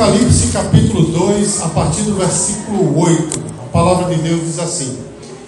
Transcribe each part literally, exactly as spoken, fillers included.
Apocalipse capítulo dois, a partir do versículo oito, a palavra de Deus diz assim: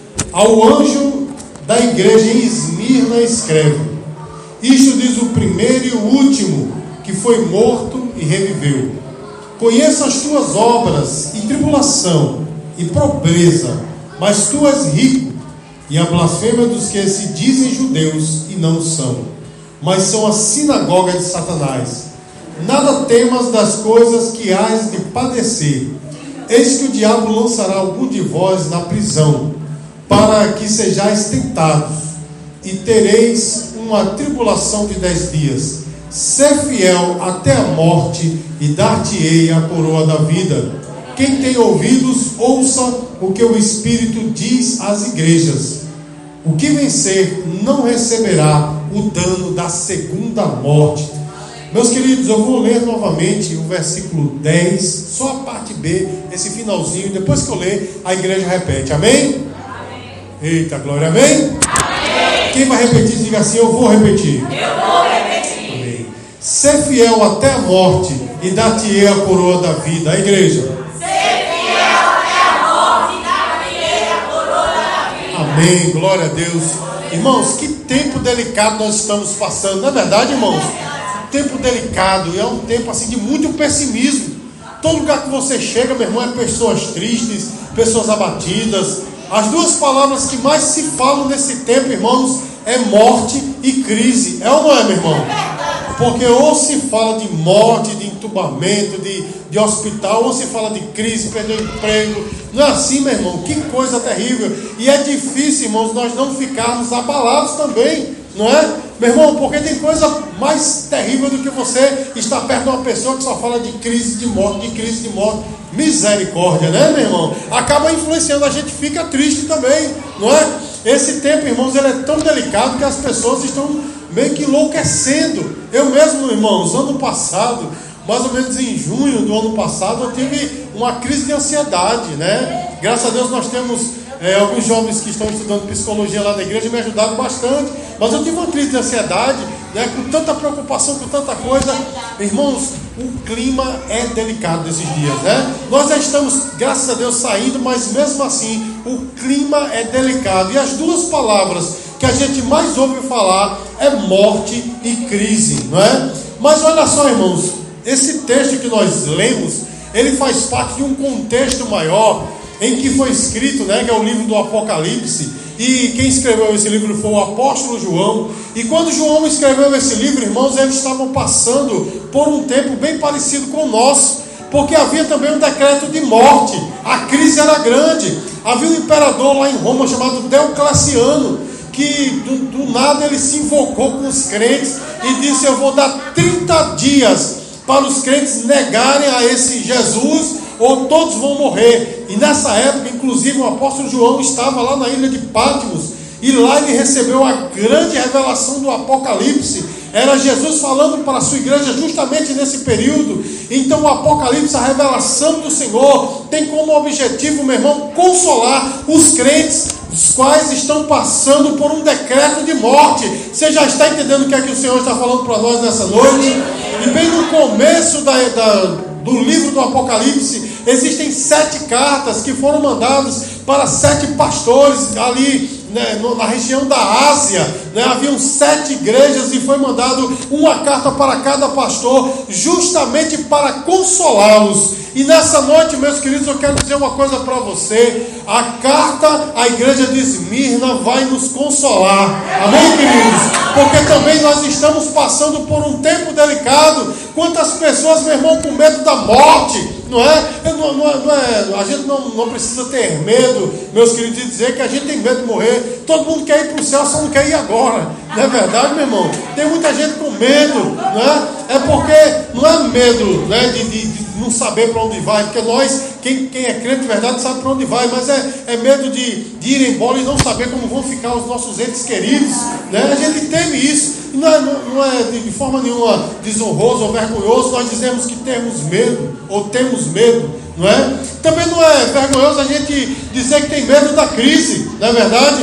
ao anjo da igreja em Esmirna escreve: isto diz o primeiro e o último, que foi morto e reviveu. Conheço as tuas obras e tribulação e pobreza, mas tu és rico, e a blasfêmia dos que se dizem judeus e não são, mas são a sinagoga de Satanás. Nada temas das coisas que hás de padecer. Eis que o diabo lançará algum de vós na prisão, para que sejais tentados, e tereis uma tribulação de dez dias. Ser fiel até a morte, e dar-te-ei a coroa da vida. Quem tem ouvidos, ouça o que o Espírito diz às igrejas. O que vencer não receberá o dano da segunda morte. Meus queridos, eu vou ler novamente o versículo dez, só a parte B, esse finalzinho. Depois que eu ler, a igreja repete. Amém? Amém. Eita glória, amém? Amém. Quem vai repetir, diga assim: eu vou repetir. Eu vou repetir. Amém. Ser fiel até a morte, e dar-te-ei a coroa da vida. A igreja. Ser fiel até a morte, e dar-te-ei a coroa da vida. Amém, glória a Deus. Irmãos, que tempo delicado nós estamos passando, não é verdade, irmãos? Tempo delicado, e é um tempo assim de muito pessimismo. Todo lugar que você chega, meu irmão, é pessoas tristes, pessoas abatidas. As duas palavras que mais se falam nesse tempo, irmãos, é morte e crise. É ou não é, meu irmão? Porque ou se fala de morte, de entubamento, de, de hospital, ou se fala de crise, perder o emprego. Não é assim, meu irmão? Que coisa terrível. E é difícil, irmãos, nós não ficarmos abalados também, não é? Meu irmão, porque tem coisa mais terrível do que você estar perto de uma pessoa que só fala de crise de morte, de crise de morte. Misericórdia, né, meu irmão? Acaba influenciando, a gente fica triste também, não é? Esse tempo, irmãos, ele é tão delicado que as pessoas estão meio que enlouquecendo. Eu mesmo, irmãos, ano passado, mais ou menos em junho do ano passado, eu tive uma crise de ansiedade, né? Graças a Deus nós temos É, alguns jovens que estão estudando psicologia lá na igreja me ajudaram bastante, mas eu tive uma crise de ansiedade, né, com tanta preocupação, com tanta coisa. Irmãos, o clima é delicado nesses dias, né? Nós já estamos, graças a Deus, saindo, mas mesmo assim o clima é delicado, e as duas palavras que a gente mais ouve falar é morte e crise, não é? Mas olha só, irmãos, esse texto que nós lemos, ele faz parte de um contexto maior, em que foi escrito, né, que é o livro do Apocalipse, e quem escreveu esse livro foi o apóstolo João. E quando João escreveu esse livro, irmãos, eles estavam passando por um tempo bem parecido com o nosso, porque havia também um decreto de morte, a crise era grande. Havia um imperador lá em Roma chamado Diocleciano, que do, do nada ele se invocou com os crentes e disse: eu vou dar trinta dias para os crentes negarem a esse Jesus, ou todos vão morrer. E nessa época, inclusive, o apóstolo João estava lá na ilha de Patmos, e lá ele recebeu a grande revelação do Apocalipse. Era Jesus falando para a sua igreja justamente nesse período. Então o Apocalipse, a revelação do Senhor, tem como objetivo, meu irmão, consolar os crentes, os quais estão passando por um decreto de morte. Você já está entendendo o que é que o Senhor está falando para nós nessa noite? E bem no começo da, da do livro do Apocalipse, existem sete cartas que foram mandadas para sete pastores ali, né, na região da Ásia, né? Haviam sete igrejas e foi mandado uma carta para cada pastor, justamente para consolá-los. E nessa noite, meus queridos, eu quero dizer uma coisa para você: a carta à igreja de Esmirna vai nos consolar, amém, queridos? Porque também nós estamos passando por um tempo delicado. Quantas pessoas, meu irmão, com medo da morte, não é? Não, não, não é a gente não, não precisa ter medo, meus queridos, de dizer que a gente tem medo de morrer. Todo mundo quer ir para o céu, só não quer ir agora, não é verdade, meu irmão? Tem muita gente com medo, não é? É porque não é medo, né, de, de, de não saber para onde vai, porque nós, quem, quem é crente de verdade, sabe para onde vai, mas é, é medo de, de ir embora e não saber como vão ficar os nossos entes queridos, né? A gente teme isso. Não é, não, não é de, de forma nenhuma desonroso ou vergonhoso nós dizemos que temos medo, ou temos medo, não é? Também não é vergonhoso a gente dizer que tem medo da crise, não é verdade?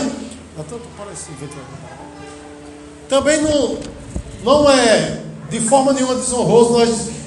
Também não, não é de forma nenhuma desonroso nós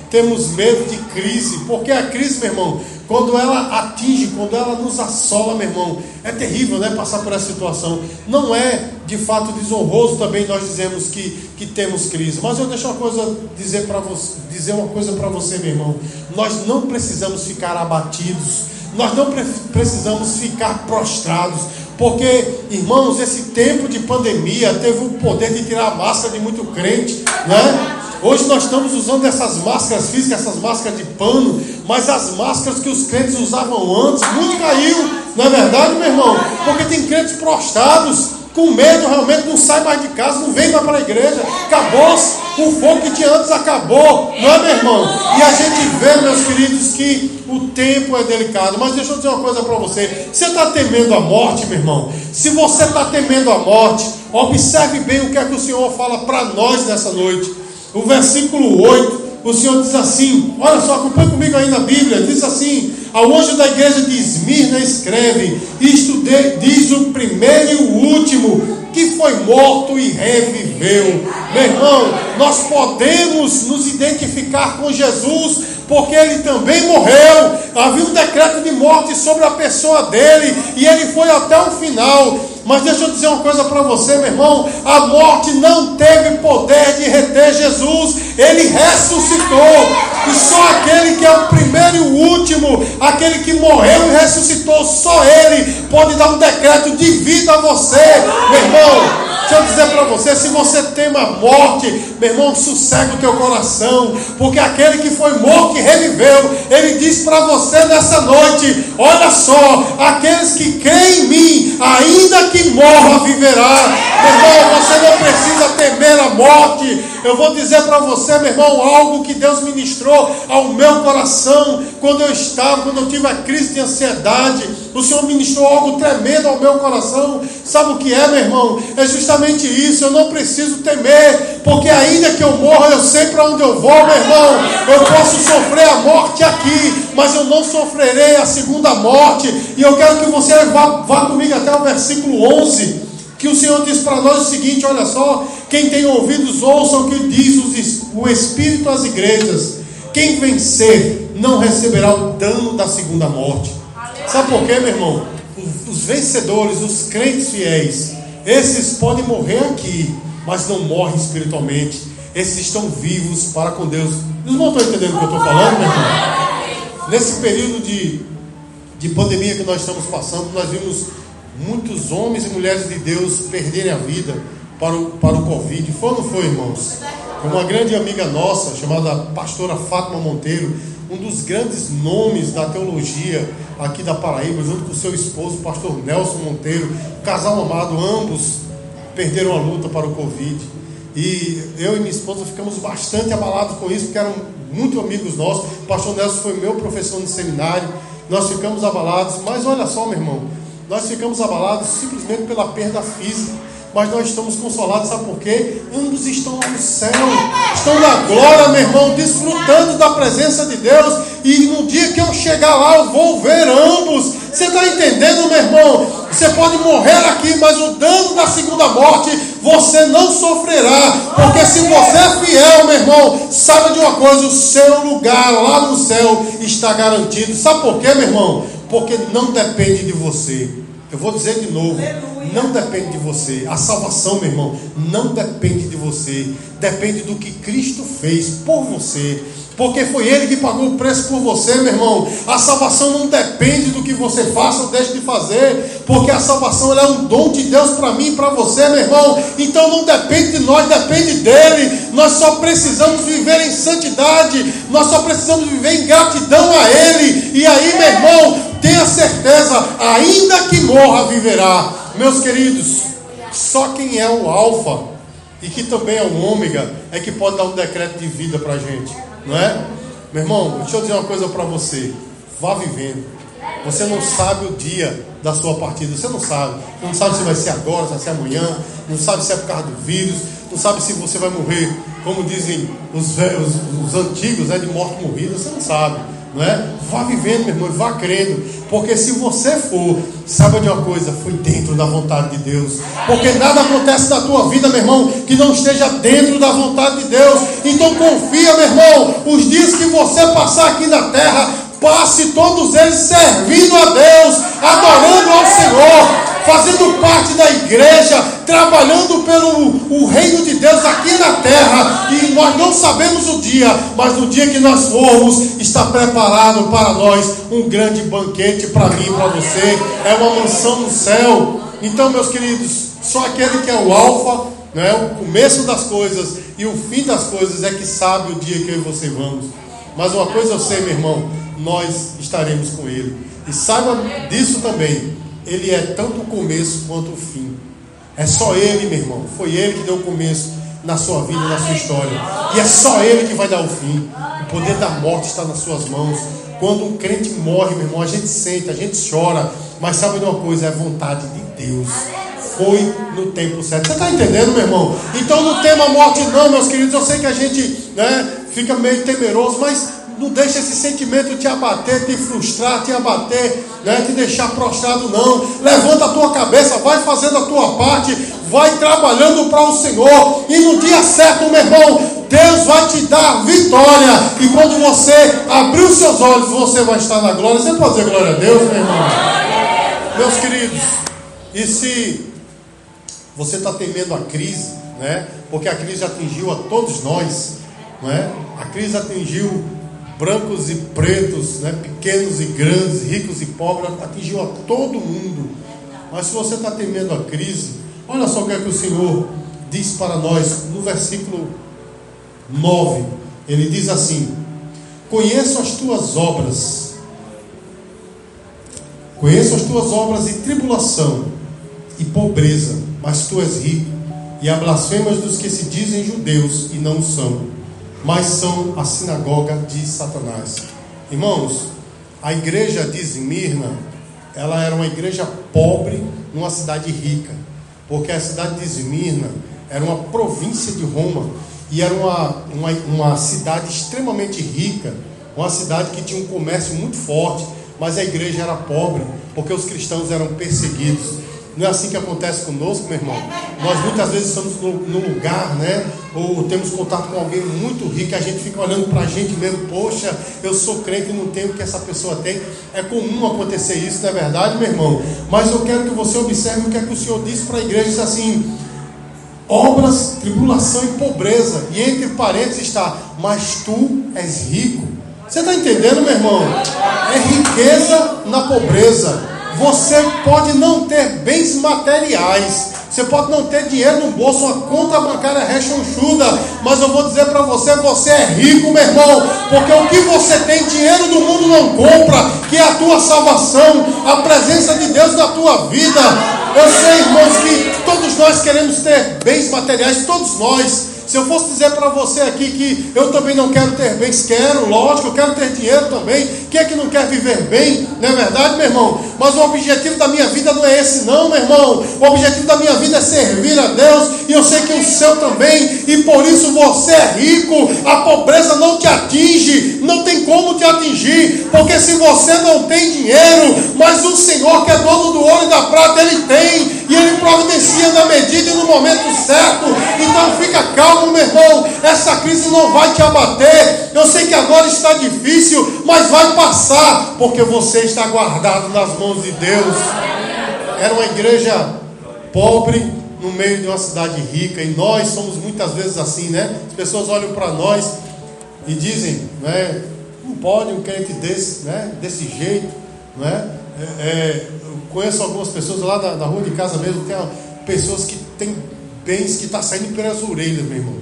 temos medo de crise, porque a crise, meu irmão, quando ela atinge, quando ela nos assola, meu irmão, é terrível, né, passar por essa situação. Não é de fato desonroso também nós dizemos que, que temos crise, mas eu deixo uma coisa dizer para você, dizer uma coisa para você, meu irmão. Nós não precisamos ficar abatidos, nós não pre- precisamos ficar prostrados, porque, irmãos, esse tempo de pandemia teve o poder de tirar a máscara de muito crente, né? Hoje nós estamos usando essas máscaras físicas, essas máscaras de pano, mas as máscaras que os crentes usavam antes, muito caiu, não é verdade, meu irmão? Porque tem crentes prostrados, com medo, realmente não sai mais de casa, não vem mais para a igreja, acabou-se, o fogo que tinha antes acabou, não é, meu irmão? E a gente vê, meus queridos, que o tempo é delicado. Mas deixa eu dizer uma coisa para você: você está temendo a morte, meu irmão? Se você está temendo a morte, observe bem o que é que o Senhor fala para nós nessa noite. O versículo oito, o Senhor diz assim, olha só, acompanhe comigo aí na Bíblia, diz assim: ao anjo da igreja de Esmirna escreve, isto de, diz o primeiro e o último, que foi morto e reviveu. Meu irmão, nós podemos nos identificar com Jesus, porque ele também morreu. Havia um decreto de morte sobre a pessoa dele, e ele foi até o final. Mas deixa eu dizer uma coisa para você, meu irmão: a morte não teve poder de reter Jesus, ele ressuscitou. E só aquele que é o primeiro e o último, aquele que morreu e ressuscitou, só ele pode dar um decreto de vida a você, meu irmão. Deixa eu dizer para você, se você teme a morte, meu irmão, sossega o teu coração, porque aquele que foi morto e reviveu, ele diz para você nessa noite: olha só, aqueles que creem em mim, ainda que morra, viverá. Meu irmão, você não precisa temer a morte. Eu vou dizer para você, meu irmão, algo que Deus ministrou ao meu coração, quando eu estava, quando eu tive a crise de ansiedade. O Senhor ministrou algo tremendo ao meu coração. Sabe o que é, meu irmão? É justamente isso. Eu não preciso temer, porque ainda que eu morra, eu sei para onde eu vou, meu irmão. Eu posso sofrer a morte aqui, mas eu não sofrerei a segunda morte. E eu quero que você vá, vá comigo até o versículo onze, que o Senhor diz para nós o seguinte: olha só, quem tem ouvidos, ouçam o que diz o Espírito às igrejas. Quem vencer não receberá o dano da segunda morte. Sabe por quê, meu irmão? Os vencedores, os crentes fiéis, esses podem morrer aqui, mas não morrem espiritualmente. Esses estão vivos para com Deus. Vocês não estão entendendo o que eu estou falando, meu irmão? Nesse período de, de pandemia que nós estamos passando, nós vimos muitos homens e mulheres de Deus perderem a vida para o, para o Covid. Foi ou não foi, irmãos? Uma grande amiga nossa, chamada pastora Fátima Monteiro, um dos grandes nomes da teologia aqui da Paraíba, junto com o seu esposo, o pastor Nelson Monteiro, casal amado, ambos perderam a luta para o Covid. E eu e minha esposa ficamos bastante abalados com isso, porque eram muito amigos nossos. O pastor Nelson foi meu professor no seminário. Nós ficamos abalados, mas olha só, meu irmão, nós ficamos abalados simplesmente pela perda física, mas nós estamos consolados, sabe por quê? Ambos estão lá no céu, estão na glória, meu irmão, desfrutando da presença de Deus. E no dia que eu chegar lá, eu vou ver ambos. Você está entendendo, meu irmão? Você pode morrer aqui, mas o dano da segunda morte você não sofrerá, porque se você é fiel, meu irmão, saiba de uma coisa: o seu lugar lá no céu está garantido. Sabe por quê, meu irmão? Porque não depende de você. Eu vou dizer de novo, não depende de você. A salvação, meu irmão, não depende de você. Depende do que Cristo fez por você, porque foi Ele que pagou o preço por você, meu irmão. A salvação não depende do que você faça ou deixe de fazer, porque a salvação ela é um dom de Deus para mim e para você, meu irmão. Então não depende de nós, depende dEle. Nós só precisamos viver em santidade, nós só precisamos viver em gratidão a Ele. E aí, meu irmão, tenha certeza, ainda que morra, viverá. Meus queridos, só quem é o alfa e que também é o ômega é que pode dar um decreto de vida para a gente, não é? Meu irmão, deixa eu dizer uma coisa para você: vá vivendo. Você não sabe o dia da sua partida, você não sabe. Você não sabe se vai ser agora, se vai ser amanhã, não sabe se é por causa do vírus, não sabe se você vai morrer, como dizem os, os, os antigos, né, de morte morrida. Você não sabe. não é? Vá vivendo, meu irmão, vá crendo, porque se você for, saiba de uma coisa, foi dentro da vontade de Deus, porque nada acontece na tua vida, meu irmão, que não esteja dentro da vontade de Deus. Então confia, meu irmão, os dias que você passar aqui na terra, passe todos eles servindo a Deus, adorando ao Senhor, fazendo parte da igreja, trabalhando pelo o reino de Deus aqui na terra. E nós não sabemos o dia, mas no dia que nós formos, está preparado para nós um grande banquete para mim e para você. É uma mansão no céu. Então, meus queridos, só aquele que é o alfa, não é, o começo das coisas e o fim das coisas é que sabe o dia que eu e você vamos. Mas uma coisa eu sei, meu irmão, nós estaremos com Ele. E saiba disso também, Ele é tanto o começo quanto o fim. É só Ele, meu irmão. Foi Ele que deu o começo na sua vida, na sua história. E é só Ele que vai dar o fim. O poder da morte está nas suas mãos. Quando um crente morre, meu irmão, a gente sente, a gente chora. Mas sabe de uma coisa? É a vontade de Deus. Foi no tempo certo. Você está entendendo, meu irmão? Então não tema a morte não, meus queridos. Eu sei que a gente, né, fica meio temeroso, mas não deixa esse sentimento te abater, te frustrar, te abater, né, te deixar prostrado, não. Levanta a tua cabeça, vai fazendo a tua parte, vai trabalhando para o Senhor. E no dia certo, meu irmão, Deus vai te dar vitória. E quando você abrir os seus olhos, você vai estar na glória. Você pode dizer glória a Deus, meu irmão? Meus queridos, e se você está temendo a crise, né? Porque a crise atingiu a todos nós, não é? A crise atingiu brancos e pretos, né? Pequenos e grandes, ricos e pobres, atingiu a todo mundo. Mas se você está temendo a crise, olha só o que é que o Senhor diz para nós no versículo nove. Ele diz assim: conheço as tuas obras, conheço as tuas obras e tribulação e pobreza, mas tu és rico, e há blasfêmias dos que se dizem judeus e não são, mas são a sinagoga de Satanás. Irmãos, a igreja de Esmirna, ela era uma igreja pobre numa cidade rica, porque a cidade de Esmirna era uma província de Roma, e era uma, uma, uma cidade extremamente rica, uma cidade que tinha um comércio muito forte, mas a igreja era pobre, porque os cristãos eram perseguidos. Não é assim que acontece conosco, meu irmão? Nós muitas vezes estamos no, no lugar, né? Ou temos contato com alguém muito rico, a gente fica olhando para a gente mesmo, poxa, eu sou crente e não tenho o que essa pessoa tem. É comum acontecer isso, não é verdade, meu irmão? Mas eu quero que você observe o que é que o Senhor disse para a igreja, diz assim: obras, tribulação e pobreza, e entre parênteses está, mas tu és rico. Você está entendendo, meu irmão? É riqueza na pobreza. Você pode não ter bens materiais, você pode não ter dinheiro no bolso, uma conta bancária rechonchuda, mas eu vou dizer para você, você é rico, meu irmão, porque o que você tem, dinheiro do mundo não compra, que é a tua salvação, a presença de Deus na tua vida. Eu sei, irmãos, que todos nós queremos ter bens materiais, todos nós. Se eu fosse dizer para você aqui que eu também não quero ter bens, quero, lógico, eu quero ter dinheiro também. Quem é que não quer viver bem? Não é verdade, meu irmão? Mas o objetivo da minha vida não é esse não, meu irmão. O objetivo da minha vida é servir a Deus, e eu sei que o seu também, e por isso você é rico. A pobreza não te atinge, não tem como te atingir, porque se você não tem dinheiro, mas o Senhor que é dono do ouro e da prata, Ele tem, e Ele providencia na medida e no momento certo. Então fica calmo, meu irmão, essa crise não vai te abater. Eu sei que agora está difícil, mas vai passar, porque você está guardado nas mãos de Deus. Era uma igreja pobre no meio de uma cidade rica, e nós somos muitas vezes assim, né? As pessoas olham para nós e dizem, né, não pode um crente desse, né, desse jeito, né? É, é, eu conheço algumas pessoas lá na, na rua de casa mesmo, tem pessoas que têm bens que está saindo pelas orelhas, meu irmão.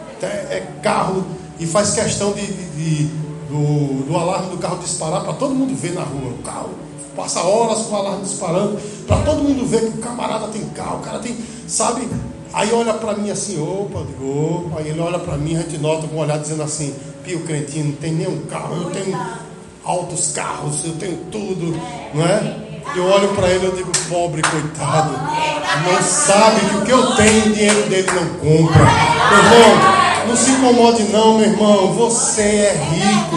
É carro, e faz questão de, de, de do, do alarme do carro disparar para todo mundo ver na rua. O carro passa horas com o alarme disparando para todo mundo ver que o camarada tem carro, o cara tem, sabe? Aí olha para mim assim, opa, digo, opa. Aí ele olha para mim, a gente nota com um olhar dizendo assim: Pio Crentinho, não tem nenhum carro, eu tenho altos carros, eu tenho tudo, não é? Eu olho para ele e digo, pobre coitado, não sabe que o que eu tenho, o dinheiro dele não compra. Meu irmão, não se incomode não, meu irmão, você é rico.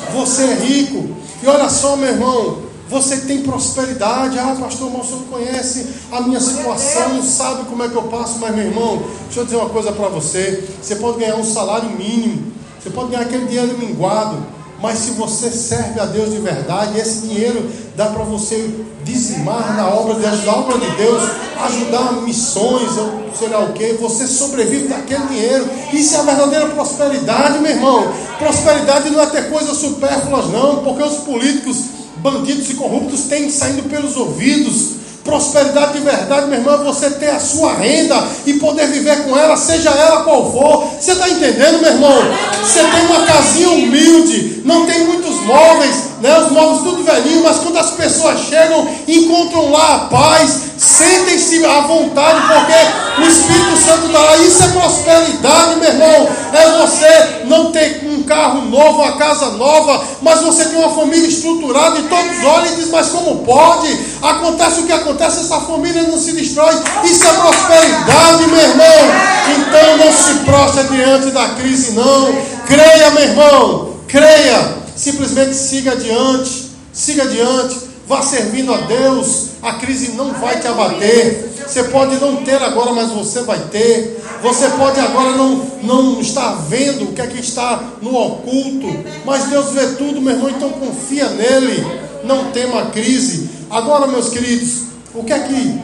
Você é rico. E olha só, meu irmão, você tem prosperidade. Ah, pastor, mas o senhor conhece a minha situação, não sabe como é que eu passo. Mas, meu irmão, deixa eu dizer uma coisa para você. Você pode ganhar um salário mínimo, você pode ganhar aquele dinheiro minguado, mas se você serve a Deus de verdade, esse dinheiro dá para você dizimar na obra de Deus, na obra de Deus, ajudar missões, ou sei lá o que, você sobrevive daquele dinheiro. Isso é a verdadeira prosperidade, meu irmão. Prosperidade não é ter coisas supérfluas, não, porque os políticos, bandidos e corruptos têm saindo pelos ouvidos. Prosperidade de verdade, meu irmão, é você ter a sua renda e poder viver com ela, seja ela qual for. Você está entendendo, meu irmão? Você tem uma casinha humilde, não tem muitos móveis, né? Os móveis tudo velhinho, mas quando as pessoas chegam, encontram lá a paz, sentem-se à vontade, porque o Espírito Santo está lá. Isso é prosperidade, meu irmão. É você não ter um carro novo, uma casa nova, mas você tem uma família estruturada e todos olham e dizem, mas como pode? Acontece o que acontece, essa família não se destrói. Isso é prosperidade, meu irmão. Então não se prostre diante da crise, não. Creia, meu irmão, creia. Simplesmente siga adiante, siga adiante, vá servindo a Deus. A crise não vai te abater. Você pode não ter agora, mas você vai ter. Você pode agora não, não estar vendo o que é que está no oculto, mas Deus vê tudo, meu irmão. Então confia nele, não tema a crise. Agora, meus queridos, o que é que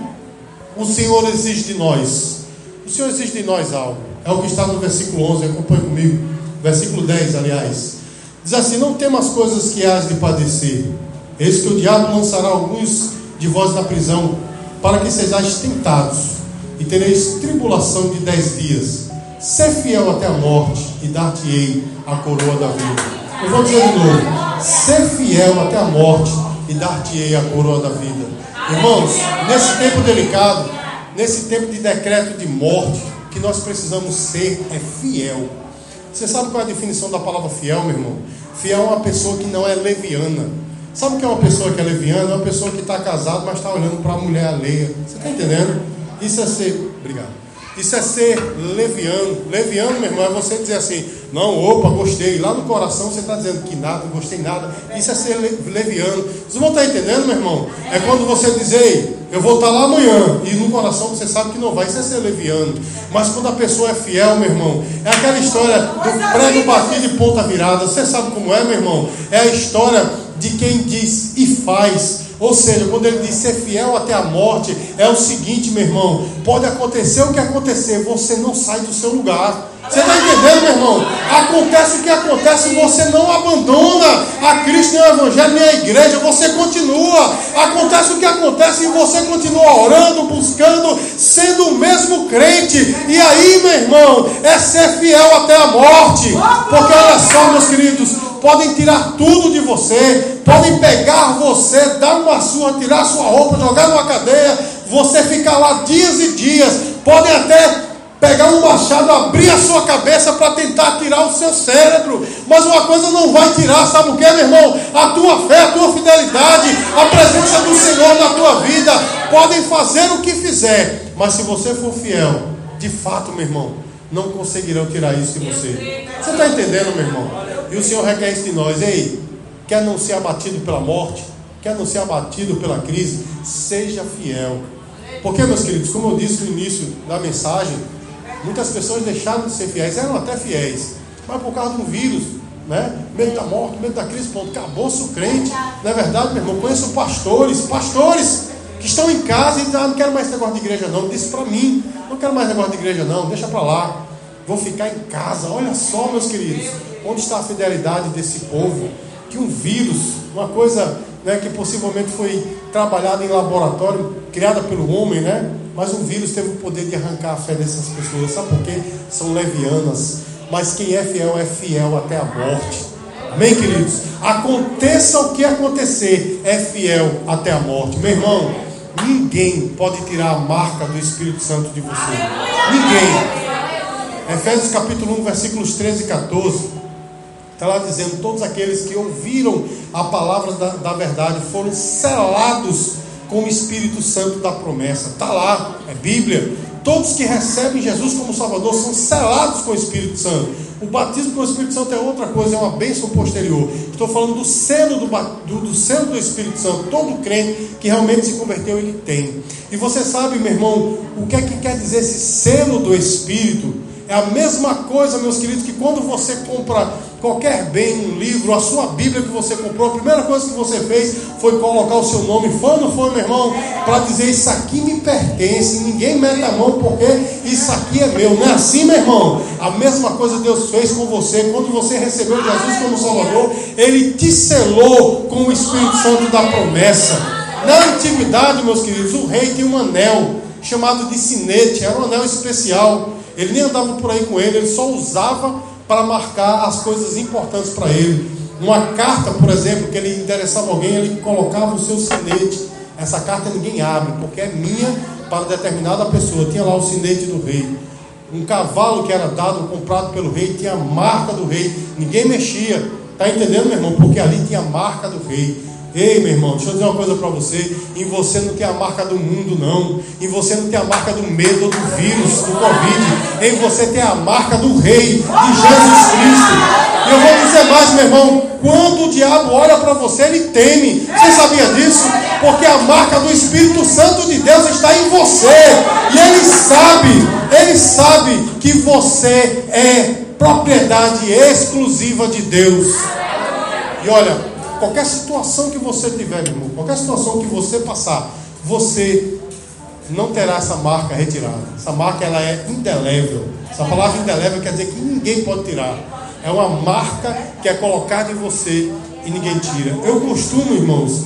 o Senhor exige de nós? O Senhor exige de nós algo. É o que está no versículo onze, acompanhe comigo. Versículo dez, aliás. Diz assim: não temas as coisas que hás de padecer. Eis que o diabo lançará alguns de vós na prisão, para que sejais tentados, e tereis tribulação de dez dias. Sê fiel até a morte, e dar-te-ei a coroa da vida. Eu vou dizer de novo: sê fiel até a morte, e dar-te-ei a coroa da vida. Irmãos, nesse tempo delicado, nesse tempo de decreto de morte, o que nós precisamos ser é fiel. Você sabe qual é a definição da palavra fiel, meu irmão? Fiel é uma pessoa que não é leviana. Sabe o que é uma pessoa que é leviana? É uma pessoa que está casada, mas está olhando para a mulher alheia. Você está entendendo? Isso é ser... Obrigado. Isso é ser leviano. Leviano, meu irmão, é você dizer assim: não, opa, gostei. Lá no coração você está dizendo que nada, não gostei nada. Isso é ser leviano. Vocês vão estar entendendo, meu irmão? É quando você dizer, eu vou estar lá amanhã, e no coração você sabe que não vai. Isso é ser leviano. Mas quando a pessoa é fiel, meu irmão, é aquela história do prego batido de ponta virada. Você sabe como é, meu irmão? É a história de quem diz e faz. Ou seja, quando ele diz ser fiel até a morte, é o seguinte, meu irmão: pode acontecer o que acontecer, você não sai do seu lugar. Você está entendendo, meu irmão? Acontece o que acontece, você não abandona a Cristo, nem o Evangelho, nem a igreja. Você continua. Acontece o que acontece e você continua orando, buscando, sendo o mesmo crente. E aí, meu irmão, é ser fiel até a morte. Porque olha só, meus queridos, podem tirar tudo de você, podem pegar você, dar uma surra, tirar sua roupa, jogar numa cadeia, você ficar lá dias e dias. Podem até pegar um machado, abrir a sua cabeça para tentar tirar o seu cérebro, mas uma coisa não vai tirar, sabe o que, meu irmão? A tua fé, a tua fidelidade, a presença do Senhor na tua vida. Podem fazer o que fizer, mas se você for fiel, de fato, meu irmão, não conseguirão tirar isso de você. Você está entendendo, meu irmão? E o Senhor requer isso de nós. Ei, quer não ser abatido pela morte? Quer não ser abatido pela crise? Seja fiel. Porque, meus queridos, como eu disse no início da mensagem, muitas pessoas deixaram de ser fiéis, eram até fiéis, mas por causa de um vírus, né? Medo da morte, medo da crise, ponto, acabou-se o crente. Não é verdade, meu irmão? Conheço pastores, pastores que estão em casa e dizem: ah, não quero mais esse negócio de igreja não. Disse para mim: não quero mais negócio de igreja não, deixa para lá, vou ficar em casa. Olha só, meus queridos, onde está a fidelidade desse povo? Que um vírus, uma coisa, né, que possivelmente foi trabalhada em laboratório, criada pelo homem, né? Mas um vírus teve o poder de arrancar a fé dessas pessoas. Sabe por quê? São levianas. Mas quem é fiel é fiel até a morte. Amém, queridos? Aconteça o que acontecer, é fiel até a morte. Meu irmão, ninguém pode tirar a marca do Espírito Santo de você. Ninguém. Efésios capítulo um, versículos treze e catorze. Está lá dizendo: todos aqueles que ouviram a palavra da, da verdade foram selados com o Espírito Santo da promessa. Está lá, é Bíblia. Todos que recebem Jesus como Salvador são selados com o Espírito Santo. O batismo com o Espírito Santo é outra coisa, é uma bênção posterior. Estou falando do selo do, do, do selo do Espírito Santo. Todo crente que realmente se converteu, ele tem. E você sabe, meu irmão, o que é que quer dizer esse selo do Espírito? É a mesma coisa, meus queridos, que quando você compra qualquer bem, um livro, a sua Bíblia que você comprou, a primeira coisa que você fez foi colocar o seu nome. Foi ou não foi, meu irmão? Para dizer, isso aqui me pertence, ninguém mete a mão porque isso aqui é meu. Não é assim, meu irmão? A mesma coisa Deus fez com você. Quando você recebeu Jesus como Salvador, Ele te selou com o Espírito Santo da promessa. Na antiguidade, meus queridos, o rei tinha um anel chamado de sinete, era um anel especial. Ele nem andava por aí com ele, ele só usava para marcar as coisas importantes para ele. Uma carta, por exemplo, que ele interessava alguém, ele colocava o seu sinete. Essa carta ninguém abre, porque é minha para determinada pessoa. Tinha lá o sinete do rei. Um cavalo que era dado, comprado pelo rei, tinha a marca do rei. Ninguém mexia. Está entendendo, meu irmão? Porque ali tinha a marca do rei. Ei, meu irmão, deixa eu dizer uma coisa para você. Em você não tem a marca do mundo, não. Em você não tem a marca do medo ou do vírus, do Covid. Em você tem a marca do Rei, de Jesus Cristo. E eu vou dizer mais, meu irmão. Quando o diabo olha para você, ele teme. Você sabia disso? Porque a marca do Espírito Santo de Deus está em você. E ele sabe, ele sabe que você é propriedade exclusiva de Deus. E olha, qualquer situação que você tiver, meu irmão, qualquer situação que você passar, você não terá essa marca retirada. Essa marca, ela é indelével. Essa palavra indelével quer dizer que ninguém pode tirar. É uma marca que é colocada em você e ninguém tira. Eu costumo, irmãos,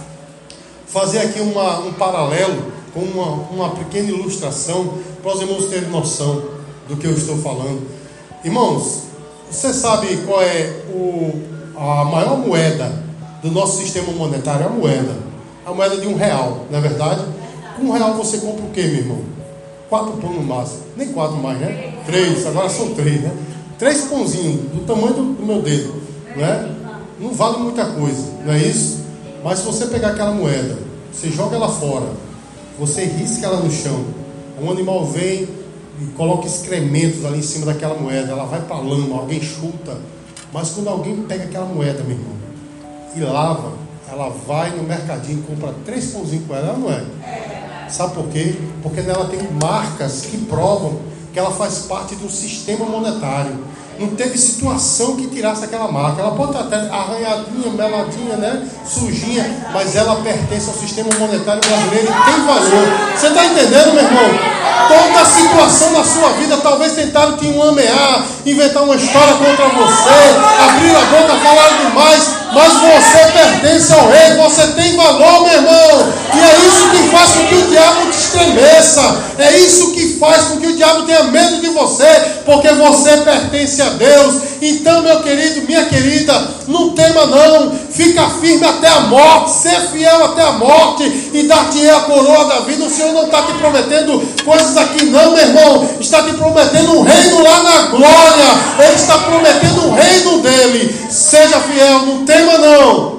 fazer aqui uma, um paralelo com uma, uma pequena ilustração para os irmãos terem noção do que eu estou falando. Irmãos, você sabe qual é o, a maior moeda do nosso sistema monetário? É a moeda. A moeda de um real, não é verdade? Com um real você compra o quê, meu irmão? Quatro pão no máximo. Nem quatro mais, né? Três, agora são três, né? Três pãozinhos, do tamanho do, do meu dedo, né? Não vale muita coisa, não é isso? Mas se você pegar aquela moeda, você joga ela fora, você risca ela no chão, um animal vem e coloca excrementos ali em cima daquela moeda, ela vai para a lama, alguém chuta. Mas quando alguém pega aquela moeda, meu irmão, e lava, ela vai no mercadinho e compra três pãozinhos com ela, ela não é? Sabe por quê? Porque nela tem marcas que provam que ela faz parte de um sistema monetário. Não teve situação que tirasse aquela marca. Ela pode estar até arranhadinha, meladinha, né? Sujinha, mas ela pertence ao sistema monetário brasileiro e tem valor. Você está entendendo, meu irmão? Toda situação na sua vida, talvez tentaram te enlamear, inventar uma história contra você, abrir a boca, falar demais, mas você pertence ao rei, você tem valor, meu irmão. E é isso que faz com que o diabo te estremeça. É isso que faz com que o diabo tenha medo de você, porque você pertence a Deus. Então, meu querido, minha querida, não tema não, fica firme até a morte, ser fiel até a morte e dar-te a coroa da vida. O Senhor não está te prometendo coisas aqui não, meu irmão, está te prometendo um reino lá na glória. Ele está prometendo um reino dele. Seja fiel, não tema não.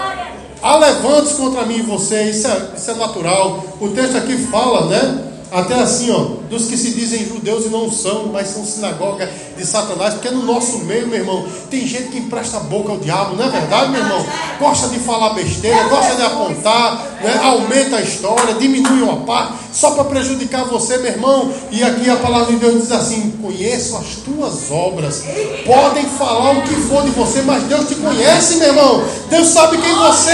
Há levantes contra mim e você, isso é, isso é natural. O texto aqui fala, né? Até assim, ó, dos que se dizem judeus e não são, mas são sinagoga de Satanás, porque no nosso meio, meu irmão, tem gente que empresta a boca ao diabo, não é verdade, meu irmão? Gosta de falar besteira, gosta de apontar, né? Aumenta a história, diminui uma parte, só para prejudicar você, meu irmão. E aqui a palavra de Deus diz assim: conheço as tuas obras. Podem falar o que for de você, mas Deus te conhece, meu irmão. Deus sabe quem você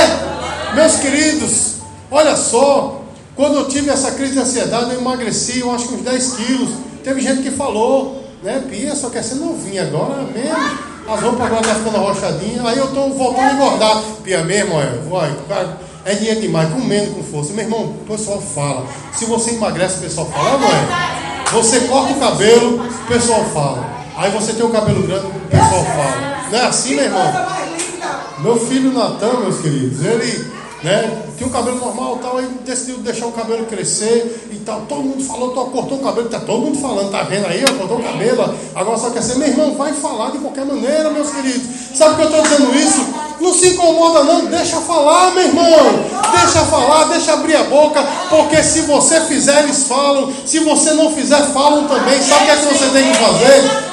é. Meus queridos, olha só. Quando eu tive essa crise de ansiedade, eu emagreci, eu acho que uns dez quilos. Teve gente que falou, né, Pia, só quer ser novinha agora mesmo. As roupas agora estão ficando arrochadinhas. Aí eu estou voltando a engordar. Pia mesmo, olha, vai, cara, é dinheiro demais, comendo com força. Meu irmão, o pessoal fala. Se você emagrece, o pessoal fala, não é? Você corta o cabelo, o pessoal fala. Aí você tem o cabelo grande, o pessoal fala. Não é assim, meu irmão? Meu filho Natan, meus queridos, ele... né? Tinha um cabelo normal, tal, aí decidiu deixar o cabelo crescer e tal. Todo mundo falou, tô, cortou o cabelo, tá todo mundo falando, tá vendo aí, ó, cortou o cabelo, agora só quer ser, meu irmão, vai falar de qualquer maneira, meus queridos. Sabe por que eu estou dizendo isso? Não se incomoda não, deixa falar, meu irmão, deixa falar, deixa abrir a boca, porque se você fizer, eles falam, se você não fizer, falam também. Sabe o que é que você tem que fazer?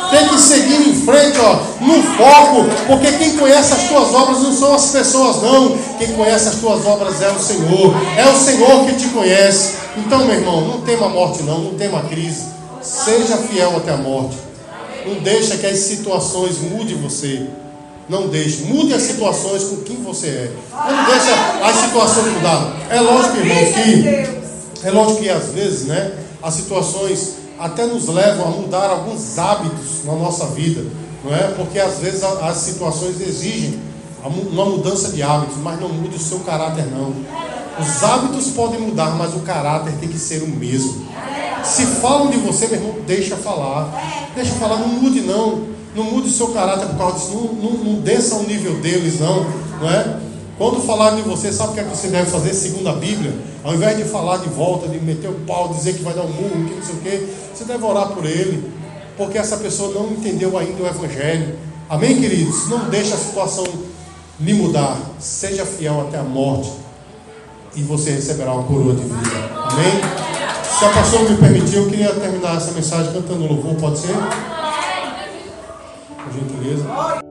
Tem que seguir em frente, ó, no foco, porque quem conhece as tuas obras não são as pessoas, não. Quem conhece as tuas obras é o Senhor. É o Senhor que te conhece. Então, meu irmão, não tema a morte, não. Não tema a crise. Seja fiel até a morte. Não deixa que as situações mudem você. Não deixe. Mude as situações com quem você é. Não deixa as situações mudar. É lógico, irmão, que é lógico que às vezes, né, as situações até nos levam a mudar alguns hábitos na nossa vida, não é? Porque às vezes as situações exigem uma mudança de hábitos, mas não mude o seu caráter, não. Os hábitos podem mudar, mas o caráter tem que ser o mesmo. Se falam de você, meu irmão, deixa falar. Deixa falar, não mude não. Não mude o seu caráter por causa disso. Não, não, não desça ao nível deles, não. Não é? Quando falarem de você, sabe o que é que você deve fazer segundo a Bíblia? Ao invés de falar de volta, de meter o pau, dizer que vai dar um murro, que não sei o quê, você deve orar por ele, porque essa pessoa não entendeu ainda o Evangelho. Amém, queridos? Não deixe a situação lhe mudar. Seja fiel até a morte e você receberá uma coroa de vida. Amém? Se a pastora me permitir, eu queria terminar essa mensagem cantando louvor, pode ser? Por gentileza.